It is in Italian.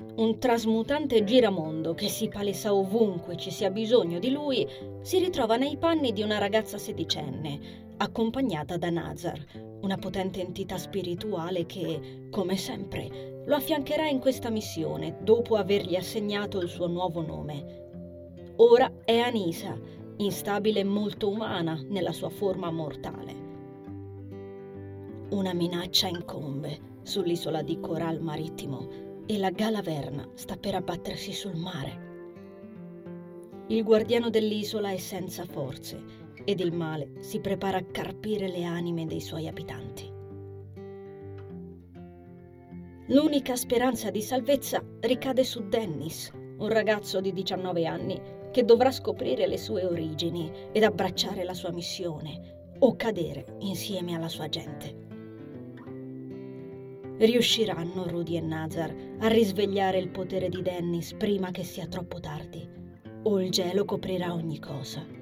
un trasmutante giramondo che si palesa ovunque ci sia bisogno di lui, si ritrova nei panni di una ragazza sedicenne, accompagnata da Nazar, una potente entità spirituale che, come sempre, lo affiancherà in questa missione dopo avergli assegnato il suo nuovo nome. Ora è Anisa, instabile e molto umana nella sua forma mortale. Una minaccia incombe sull'isola di Coral Marittimo e la Galaverna sta per abbattersi sul mare. Il guardiano dell'isola è senza forze ed il male si prepara a carpire le anime dei suoi abitanti. L'unica speranza di salvezza ricade su Dennis, un ragazzo di 19 anni che dovrà scoprire le sue origini ed abbracciare la sua missione o cadere insieme alla sua gente. Riusciranno Rudy e Nazar a risvegliare il potere di Dennis prima che sia troppo tardi, o il gelo coprirà ogni cosa?